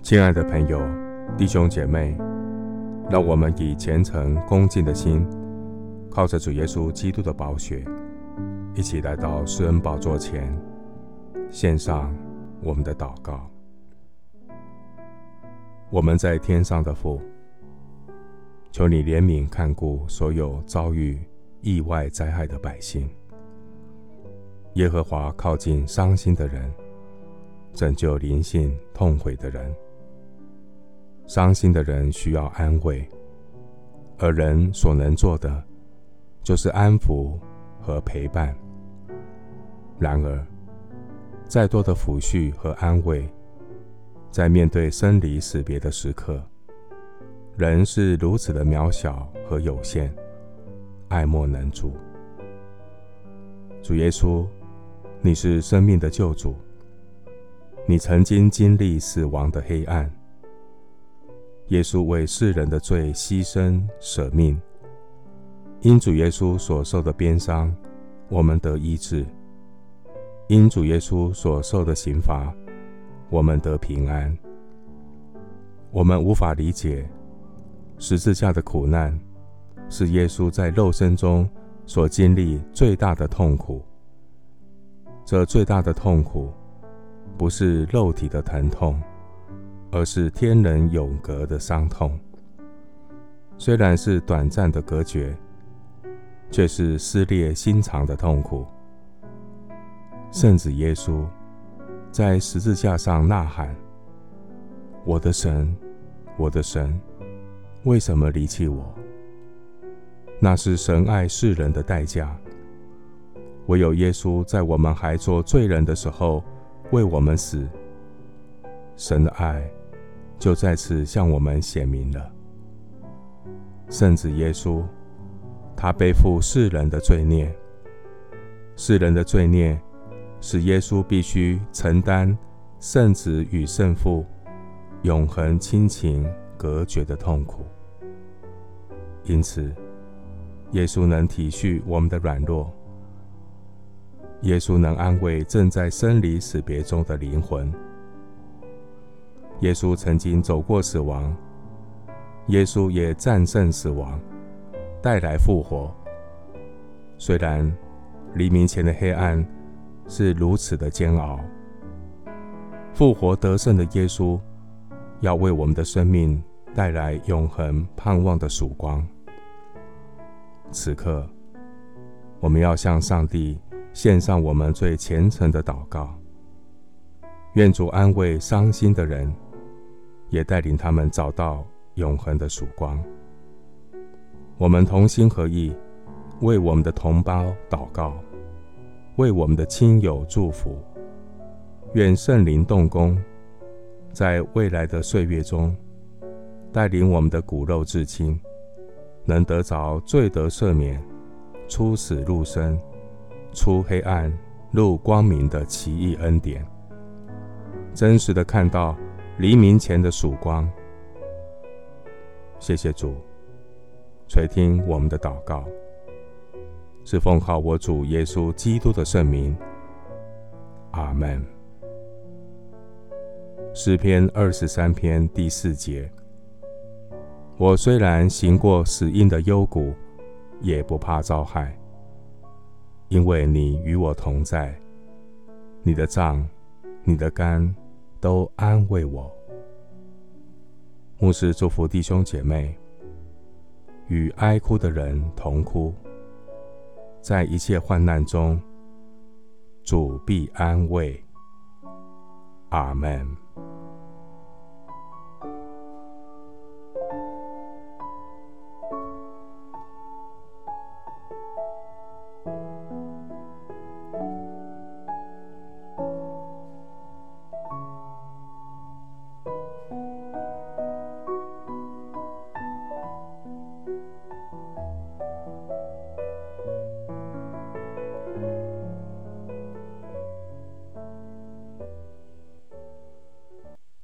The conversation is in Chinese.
亲爱的朋友、弟兄姐妹，让我们以虔诚恭敬的心，靠着主耶稣基督的宝血，一起来到施恩宝座前，献上我们的祷告。我们在天上的父，求你怜悯看顾所有遭遇意外灾害的百姓。耶和华靠近伤心的人，拯救灵性痛悔的人。伤心的人需要安慰，而人所能做的就是安抚和陪伴。然而，再多的抚恤和安慰，在面对生离死别的时刻，人是如此的渺小和有限，爱莫能助。主耶稣，你是生命的救主，你曾经经历死亡的黑暗。耶稣为世人的罪牺牲舍命，因主耶稣所受的鞭伤，我们得医治；因主耶稣所受的刑罚，我们得平安。我们无法理解十字架的苦难是耶稣在肉身中所经历最大的痛苦。这最大的痛苦不是肉体的疼痛，而是天人永隔的伤痛。虽然是短暂的隔绝，却是撕裂心肠的痛苦。圣子耶稣在十字架上呐喊：我的神，我的神，为什么离弃我？那是神爱世人的代价。唯有耶稣在我们还做罪人的时候为我们死，神的爱就在此向我们显明了。圣子耶稣，他背负世人的罪孽，世人的罪孽使耶稣必须承担圣子与圣父永恒亲情隔绝的痛苦。因此，耶稣能体恤我们的软弱，耶稣能安慰正在生离死别中的灵魂。耶稣曾经走过死亡，耶稣也战胜死亡，带来复活。虽然黎明前的黑暗是如此的煎熬，复活得胜的耶稣要为我们的生命带来永恒盼望的曙光。此刻，我们要向上帝献上我们最虔诚的祷告，愿主安慰伤心的人，也带领他们找到永恒的曙光。我们同心合意，为我们的同胞祷告，为我们的亲友祝福。愿圣灵动工，在未来的岁月中，带领我们的骨肉至亲，能得着罪得赦免，出死入生，出黑暗入光明的奇异恩典，真实的看到黎明前的曙光。谢谢主垂听我们的祷告，是奉靠我主耶稣基督的圣名。阿们。诗篇23篇第4节：我虽然行过死荫的幽谷，也不怕遭害，因为你与我同在，你的杖、你的竿都安慰我。牧师祝福弟兄姐妹，与哀哭的人同哭，在一切患难中，主必安慰。阿们。